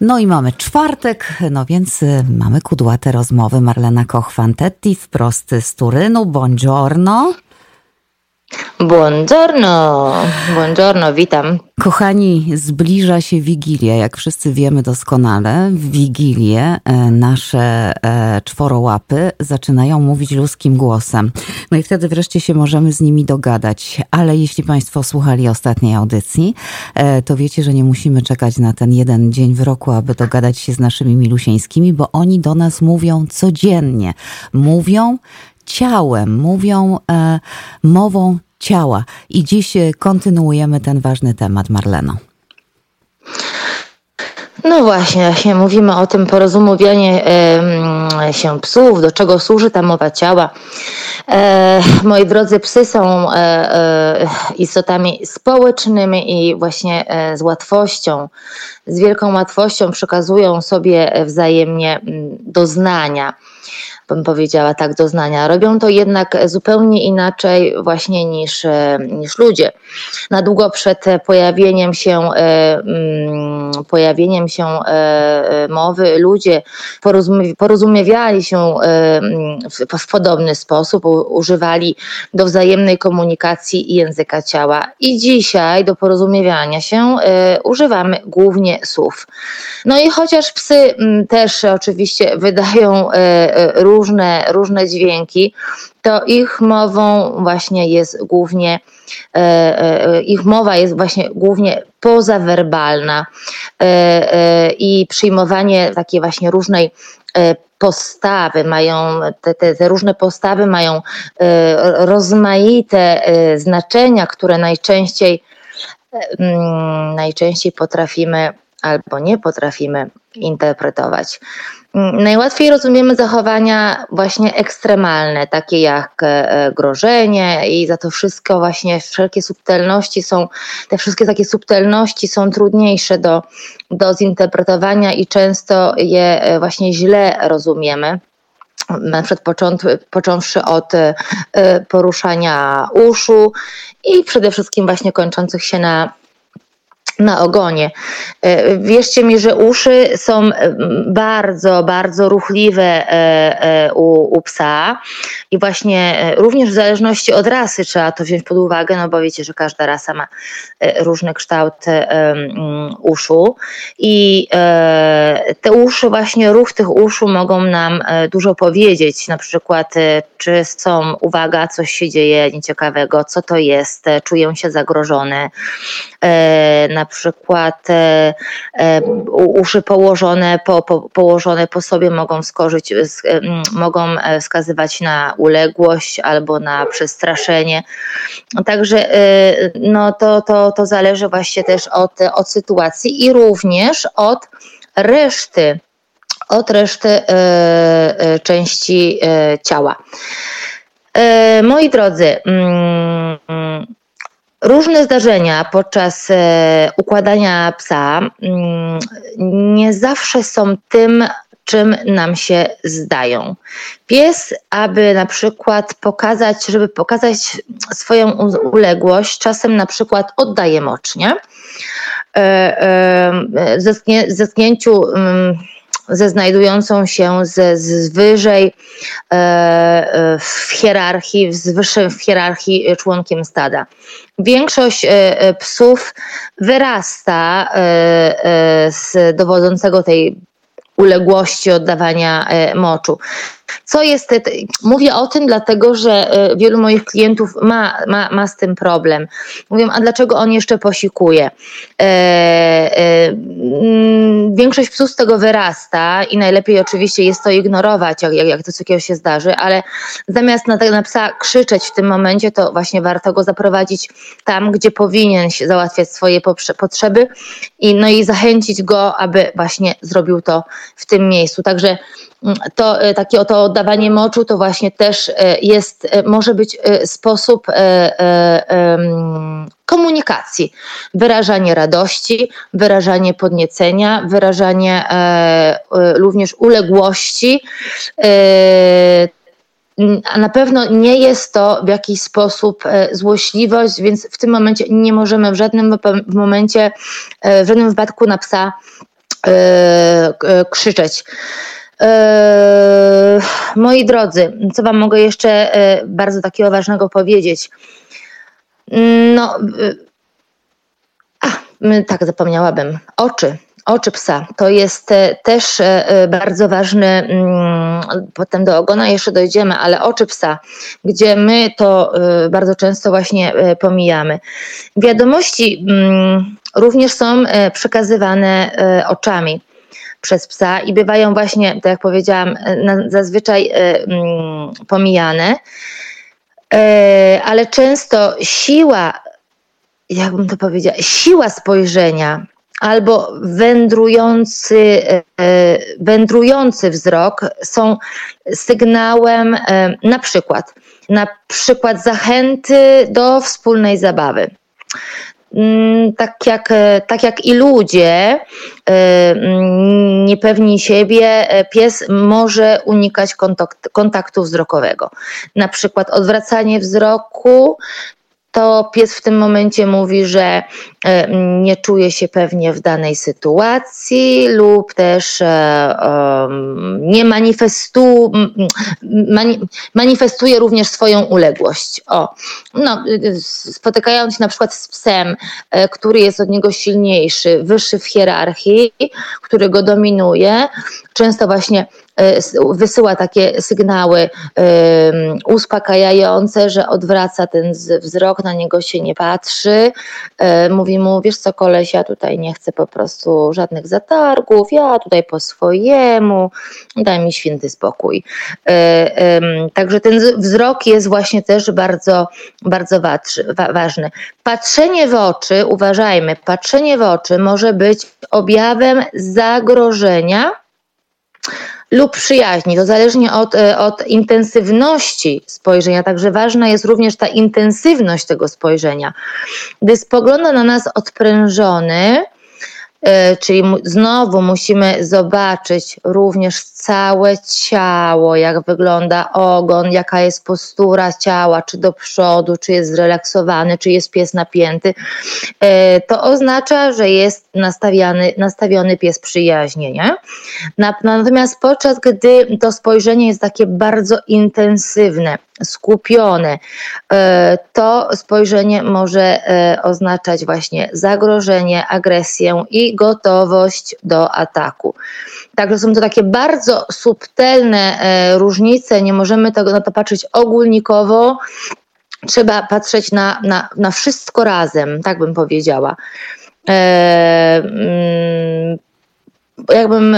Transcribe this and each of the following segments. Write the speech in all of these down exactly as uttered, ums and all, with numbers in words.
No i mamy czwartek, no więc mamy kudłate rozmowy. Marlena Koch-Fantetti wprost z Turynu. Buongiorno. Buongiorno, buongiorno, witam. Kochani, zbliża się Wigilia, jak wszyscy wiemy doskonale. W Wigilię nasze czworołapy zaczynają mówić ludzkim głosem. No i wtedy wreszcie się możemy z nimi dogadać. Ale jeśli Państwo słuchali ostatniej audycji, to wiecie, że nie musimy czekać na ten jeden dzień w roku, aby dogadać się z naszymi milusieńskimi, bo oni do nas mówią codziennie. Mówią ciałem, mówią e, mową ciała. I dziś kontynuujemy ten ważny temat, Marleno. No właśnie, właśnie mówimy o tym porozumieniu e, się psów, do czego służy ta mowa ciała. E, moi drodzy, psy są e, e, istotami społecznymi i właśnie e, z łatwością, z wielką łatwością przekazują sobie wzajemnie doznania. Bym powiedziała tak, doznania. Robią to jednak zupełnie inaczej właśnie niż, niż ludzie. Na długo przed pojawieniem się, pojawieniem się mowy ludzie porozumiewali się w, w podobny sposób, używali do wzajemnej komunikacji języka ciała. I dzisiaj do porozumiewania się używamy głównie słów. No i chociaż psy też oczywiście wydają różne, różne dźwięki, to ich mową właśnie jest głównie, ich mowa jest właśnie głównie pozawerbalna i przyjmowanie takiej właśnie różnej postawy mają, te, te, te różne postawy mają rozmaite znaczenia, które najczęściej, najczęściej potrafimy albo nie potrafimy interpretować. Najłatwiej rozumiemy zachowania właśnie ekstremalne, takie jak grożenie i za to wszystko właśnie wszelkie subtelności są, te wszystkie takie subtelności są trudniejsze do, do zinterpretowania i często je właśnie źle rozumiemy. Na przykład począwszy od poruszania uszu i przede wszystkim właśnie kończących się na na ogonie. Wierzcie mi, że uszy są bardzo, bardzo ruchliwe u, u psa i właśnie również w zależności od rasy trzeba to wziąć pod uwagę, no bo wiecie, że każda rasa ma różny kształt uszu i te uszy, właśnie ruch tych uszu mogą nam dużo powiedzieć, na przykład czy są, uwaga, coś się dzieje nieciekawego, co to jest, czują się zagrożone, na przykład e, e, uszy położone po, po, położone po sobie mogą wskoczyć, e, mogą wskazywać na uległość albo na przestraszenie. Także e, no to, to, to zależy właśnie też od, od sytuacji i również od reszty, od reszty e, e, części e, ciała. E, moi drodzy, mm, różne zdarzenia podczas e, układania psa mm, nie zawsze są tym, czym nam się zdają. Pies, aby na przykład pokazać, żeby pokazać swoją uległość, czasem na przykład oddaje mocznie. E, e, zetknię, zetknięciu mm, ze znajdującą się z, z wyżej e, w hierarchii, z wyższym w hierarchii członkiem stada. Większość e, psów wyrasta e, e, z dowodzącego tej uległości oddawania e, moczu. Co jest, mówię o tym dlatego, że wielu moich klientów ma, ma, ma z tym problem. Mówią, a dlaczego on jeszcze posikuje? E, e, większość psów z tego wyrasta i najlepiej oczywiście jest to ignorować, jak, jak, jak to takiego się zdarzy, ale zamiast na, na psa krzyczeć w tym momencie, to właśnie warto go zaprowadzić tam, gdzie powinien się załatwiać swoje potrzeby i, no i zachęcić go, aby właśnie zrobił to w tym miejscu. Także to takie oto oddawanie moczu to właśnie też jest, może być sposób komunikacji, wyrażanie radości, wyrażanie podniecenia, wyrażanie również uległości, a na pewno nie jest to w jakiś sposób złośliwość, więc w tym momencie nie możemy w żadnym momencie, w żadnym wypadku na psa krzyczeć. Moi drodzy, co wam mogę jeszcze bardzo takiego ważnego powiedzieć? No, a, tak, zapomniałabym. Oczy. Oczy psa to jest też bardzo ważny, potem do ogona jeszcze dojdziemy, ale oczy psa, gdzie my to bardzo często właśnie pomijamy. Wiadomości również są przekazywane oczami przez psa i bywają właśnie, tak jak powiedziałam, zazwyczaj pomijane, ale często siła, jakbym to powiedziała, siła spojrzenia albo wędrujący, wędrujący wzrok są sygnałem na przykład, na przykład zachęty do wspólnej zabawy. Tak jak, tak jak i ludzie niepewni siebie, pies może unikać kontakt, kontaktu wzrokowego. Na przykład odwracanie wzroku, to pies w tym momencie mówi, że nie czuje się pewnie w danej sytuacji lub też nie manifestu, manifestuje również swoją uległość. O, no, spotykając się na przykład z psem, który jest od niego silniejszy, wyższy w hierarchii, który go dominuje, często właśnie wysyła takie sygnały um, uspokajające, że odwraca ten wzrok, na niego się nie patrzy, um, mówi mu, wiesz co koleś, ja tutaj nie chcę po prostu żadnych zatargów, ja tutaj po swojemu, daj mi święty spokój. Um, um, także ten wzrok jest właśnie też bardzo, bardzo wa- ważny. Patrzenie w oczy, uważajmy, patrzenie w oczy może być objawem zagrożenia lub przyjaźni, to zależnie od, od intensywności spojrzenia, także ważna jest również ta intensywność tego spojrzenia. Gdy spogląda na nas odprężony, czyli znowu musimy zobaczyć również całe ciało, jak wygląda ogon, jaka jest postura ciała, czy do przodu, czy jest zrelaksowany, czy jest pies napięty. To oznacza, że jest nastawiony, nastawiony pies przyjaźnie, nie? Natomiast podczas gdy to spojrzenie jest takie bardzo intensywne, skupione, to spojrzenie może oznaczać właśnie zagrożenie, agresję i gotowość do ataku. Także są to takie bardzo subtelne różnice, nie możemy tego, na to patrzeć ogólnikowo, trzeba patrzeć na, na, na wszystko razem, tak bym powiedziała. Jakbym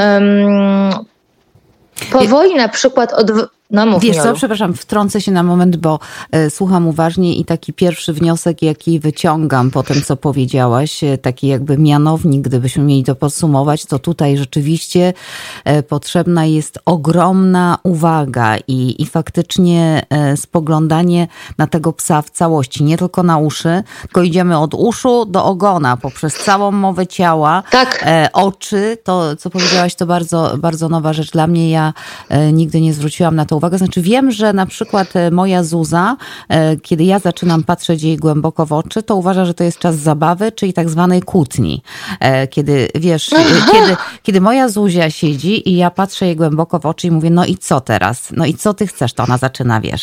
powoli na przykład od... No mów, Wiesz co, Miolu. przepraszam, wtrącę się na moment, bo e, słucham uważnie i taki pierwszy wniosek, jaki wyciągam po tym, co powiedziałaś, e, taki jakby mianownik, gdybyśmy mieli to podsumować, to tutaj rzeczywiście e, potrzebna jest ogromna uwaga i, i faktycznie e, spoglądanie na tego psa w całości, nie tylko na uszy, tylko idziemy od uszu do ogona, poprzez całą mowę ciała, Tak. e, oczy, to co powiedziałaś, to bardzo, bardzo nowa rzecz dla mnie, ja e, nigdy nie zwróciłam na to uwagę. Znaczy wiem, że na przykład moja Zuza, kiedy ja zaczynam patrzeć jej głęboko w oczy, to uważa, że to jest czas zabawy, czyli tak zwanej kłótni. Kiedy, wiesz, kiedy, kiedy moja Zuzia siedzi i ja patrzę jej głęboko w oczy i mówię, no i co teraz? No i co ty chcesz? To ona zaczyna, wiesz,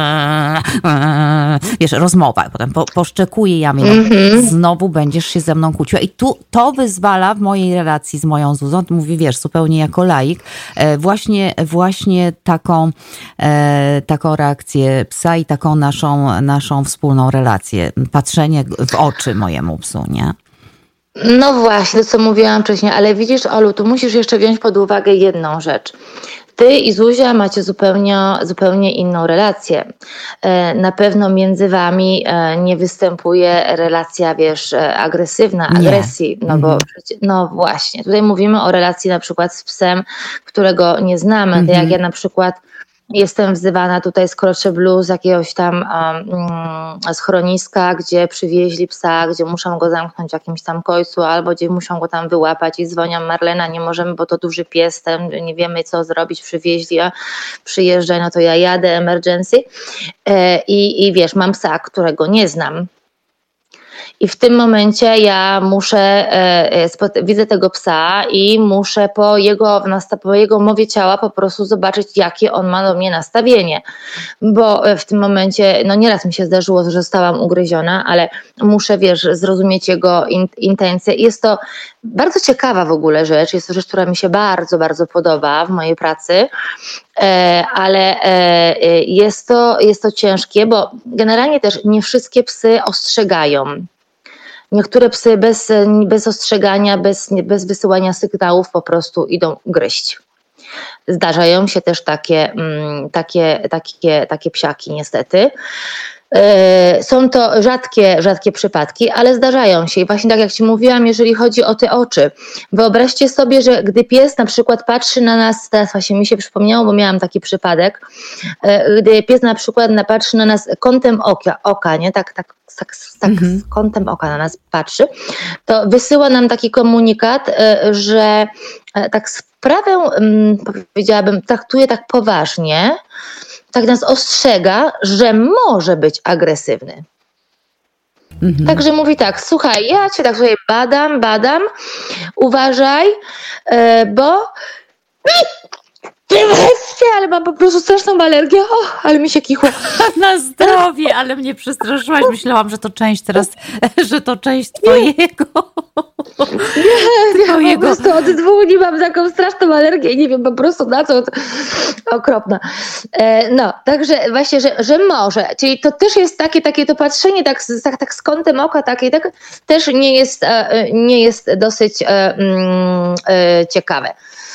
wiesz, rozmowa. Potem po, poszczekuje, ja mówię, no, znowu będziesz się ze mną kłóciła. I tu to wyzwala w mojej relacji z moją Zuzą, to mówi, wiesz, zupełnie jako laik, właśnie, właśnie taką E, taką reakcję psa i taką naszą, naszą wspólną relację. Patrzenie w oczy mojemu psu, nie? No właśnie, co mówiłam wcześniej, ale widzisz, Olu, tu musisz jeszcze wziąć pod uwagę jedną rzecz. Ty i Zuzia macie zupełnie, zupełnie inną relację. Na pewno między wami nie występuje relacja, wiesz, agresywna, Nie. agresji, no bo no właśnie, tutaj mówimy o relacji na przykład z psem, którego nie znamy, mm-hmm. tak jak ja na przykład jestem wzywana tutaj z Croce Blue z jakiegoś tam um, schroniska, gdzie przywieźli psa, gdzie muszą go zamknąć w jakimś tam końcu, albo gdzie muszą go tam wyłapać i dzwonią, Marlena, nie możemy, bo to duży pies, ten, nie wiemy co zrobić, przywieźli, a przyjeżdżaj, no to ja jadę, emergency. E, i, i wiesz, mam psa, którego nie znam. I w tym momencie ja muszę, widzę tego psa i muszę po jego, po jego mowie ciała po prostu zobaczyć, jakie on ma do mnie nastawienie. Bo w tym momencie, no nieraz mi się zdarzyło, że zostałam ugryziona, ale muszę, wiesz, zrozumieć jego in, intencje. Jest to bardzo ciekawa w ogóle rzecz, jest to rzecz, która mi się bardzo, bardzo podoba w mojej pracy, ale jest to, jest to ciężkie, bo generalnie też nie wszystkie psy ostrzegają. Niektóre psy bez, bez ostrzegania, bez, bez wysyłania sygnałów po prostu idą gryźć. Zdarzają się też takie, takie, takie, takie psiaki niestety. Są to rzadkie, rzadkie przypadki, ale zdarzają się i właśnie tak jak Ci mówiłam, jeżeli chodzi o te oczy. Wyobraźcie sobie, że gdy pies na przykład patrzy na nas, teraz właśnie mi się przypomniało, bo miałam taki przypadek, gdy pies na przykład patrzy na nas kątem oka, oka nie? Tak, tak, tak, tak mhm. z kątem oka na nas patrzy, to wysyła nam taki komunikat, że tak sprawę, powiedziałabym, traktuje tak poważnie, tak nas ostrzega, że może być agresywny. Mhm. Także mówi tak, słuchaj, ja cię tak sobie badam, badam, uważaj, bo wreszcie, ale mam po prostu straszną alergię, o, ale mi się kichło. Na zdrowie, ale mnie przestraszyłaś, myślałam, że to część teraz, że to część twojego. Nie, twojego. Ja po prostu od dwóch dni mam taką straszną alergię i nie wiem po prostu na co, okropna. No, także właśnie, że, że może, czyli to też jest takie, takie to patrzenie tak, tak, tak z kątem oka, takie, tak, też nie jest, nie jest dosyć um, ciekawe.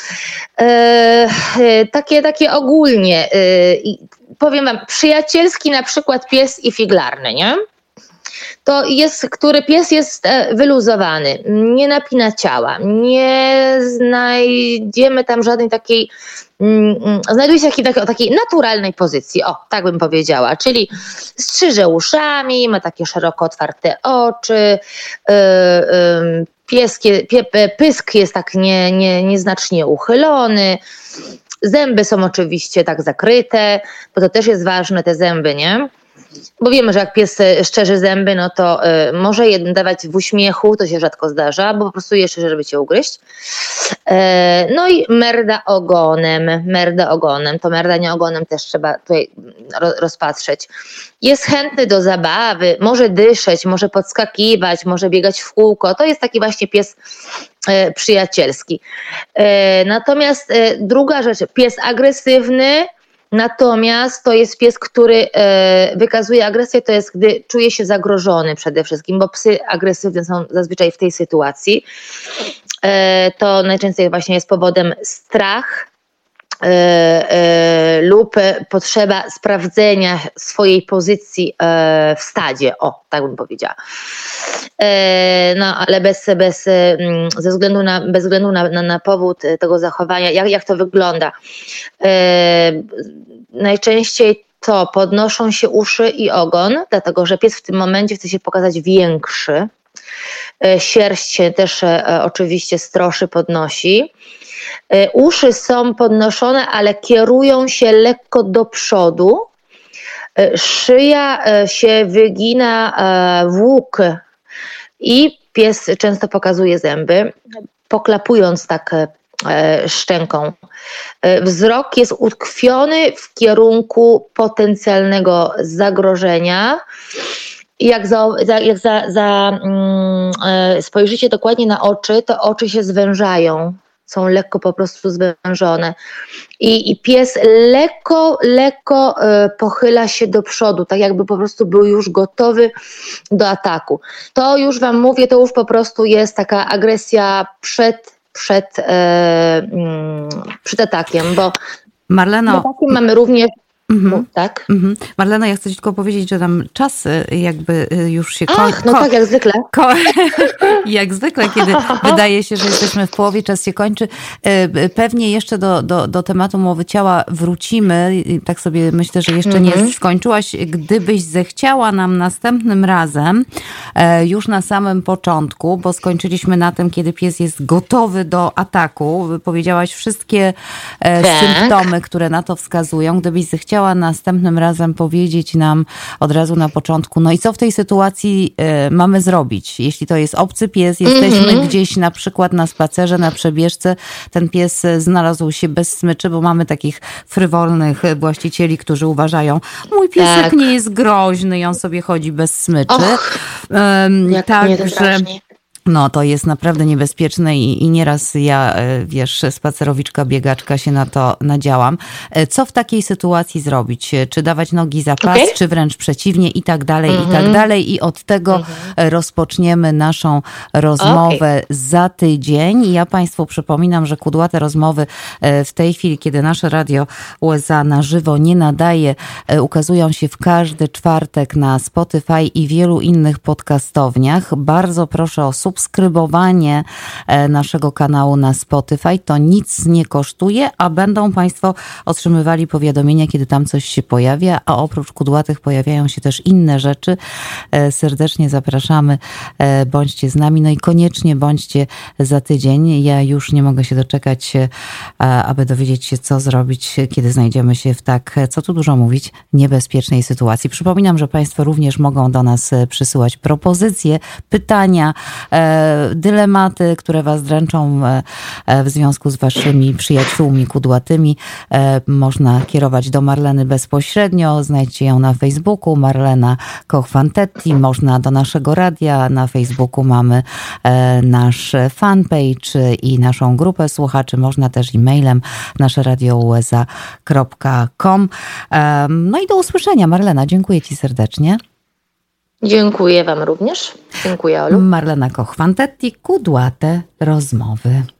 E, takie, takie ogólnie, e, powiem wam, przyjacielski na przykład pies i figlarny, nie? To jest, który pies jest wyluzowany, nie napina ciała, nie znajdziemy tam żadnej takiej, mm, znajduje się w takiej, takiej naturalnej pozycji, o, tak bym powiedziała, czyli strzyże uszami, ma takie szeroko otwarte oczy, yy, yy, Pieskie, pie, pysk jest tak nie, nie, nieznacznie uchylony, zęby są oczywiście tak zakryte, bo to też jest ważne, te zęby, nie? Bo wiemy, że jak pies szczerzy zęby, no to y, może je dawać w uśmiechu, to się rzadko zdarza, bo po prostu je szczerze, żeby cię ugryźć. E, no i merda ogonem, merda ogonem, to merdanie ogonem też trzeba tutaj ro, rozpatrzeć. Jest chętny do zabawy, może dyszeć, może podskakiwać, może biegać w kółko. To jest taki właśnie pies e, przyjacielski. E, natomiast e, druga rzecz, pies agresywny, natomiast to jest pies, który e, wykazuje agresję, to jest gdy czuje się zagrożony przede wszystkim, bo psy agresywne są zazwyczaj w tej sytuacji. E, to najczęściej właśnie jest powodem strach e, e, lub potrzeba sprawdzenia swojej pozycji e, w stadzie, o, tak bym powiedziała. E, no, ale bez, bez, ze względu na, bez względu na, na, na powód tego zachowania, jak, jak to wygląda. E, najczęściej to podnoszą się uszy i ogon, dlatego że pies w tym momencie chce się pokazać większy. E, sierść się też e, oczywiście stroszy, podnosi. E, uszy są podnoszone, ale kierują się lekko do przodu. E, szyja e, się wygina e, w łuk i pies często pokazuje zęby, poklapując tak e, szczęką. E, wzrok jest utkwiony w kierunku potencjalnego zagrożenia. Jak za, jak za, za mm, e, spojrzycie dokładnie na oczy, to oczy się zwężają. Są lekko po prostu zwężone. I, i pies lekko, lekko y, pochyla się do przodu, tak jakby po prostu był już gotowy do ataku. To już wam mówię, to już po prostu jest taka agresja przed, przed, y, y, przed atakiem, bo Marleno, przed atakiem mamy również Mhm. Tak? Mhm. Marlena, ja chcę ci tylko powiedzieć, że tam czas jakby już się kończy. Ach, no ko- tak, jak zwykle. Ko- jak zwykle, kiedy wydaje się, że jesteśmy w połowie, czas się kończy. Pewnie jeszcze do, do, do tematu mowy ciała wrócimy. Tak sobie myślę, że jeszcze mhm. nie skończyłaś. Gdybyś zechciała nam następnym razem, już na samym początku, bo skończyliśmy na tym, kiedy pies jest gotowy do ataku. Powiedziałaś wszystkie tak. symptomy, które na to wskazują. Gdybyś zechciała chciała następnym razem powiedzieć nam od razu na początku, no i co w tej sytuacji y, mamy zrobić? Jeśli to jest obcy pies, jesteśmy mm-hmm. gdzieś na przykład na spacerze, na przebieżce, ten pies znalazł się bez smyczy, bo mamy takich frywolnych właścicieli, którzy uważają, mój piesek tak. nie jest groźny i on sobie chodzi bez smyczy. Och, um, Także... No, to jest naprawdę niebezpieczne i, i nieraz ja, wiesz, spacerowiczka, biegaczka się na to nadziałam. Co w takiej sytuacji zrobić? Czy dawać nogi za pas, okay. czy wręcz przeciwnie i tak dalej, mm-hmm. i tak dalej. I od tego mm-hmm. rozpoczniemy naszą rozmowę okay. za tydzień. I ja Państwu przypominam, że Kudłate Rozmowy w tej chwili, kiedy nasze Radio U S A na żywo nie nadaje, ukazują się w każdy czwartek na Spotify i wielu innych podcastowniach. Bardzo proszę o subskrypcję. Subskrybowanie naszego kanału na Spotify to nic nie kosztuje, a będą Państwo otrzymywali powiadomienia, kiedy tam coś się pojawia, a oprócz kudłatych pojawiają się też inne rzeczy. Serdecznie zapraszamy, bądźcie z nami, no i koniecznie bądźcie za tydzień. Ja już nie mogę się doczekać, aby dowiedzieć się, co zrobić, kiedy znajdziemy się w tak, co tu dużo mówić, niebezpiecznej sytuacji. Przypominam, że Państwo również mogą do nas przysyłać propozycje, pytania, dylematy, które Was dręczą w związku z Waszymi przyjaciółmi kudłatymi. Można kierować do Marleny bezpośrednio. Znajdźcie ją na Facebooku, Marlena Koch-Fantetti. Można do naszego radia. Na Facebooku mamy nasz fanpage i naszą grupę słuchaczy. Można też e-mailem nasze radio u s a kropka com. No i do usłyszenia. Marlena, dziękuję Ci serdecznie. Dziękuję Wam również. Dziękuję, Olu. Marlena Koch-Fantetti, Kudłate Rozmowy.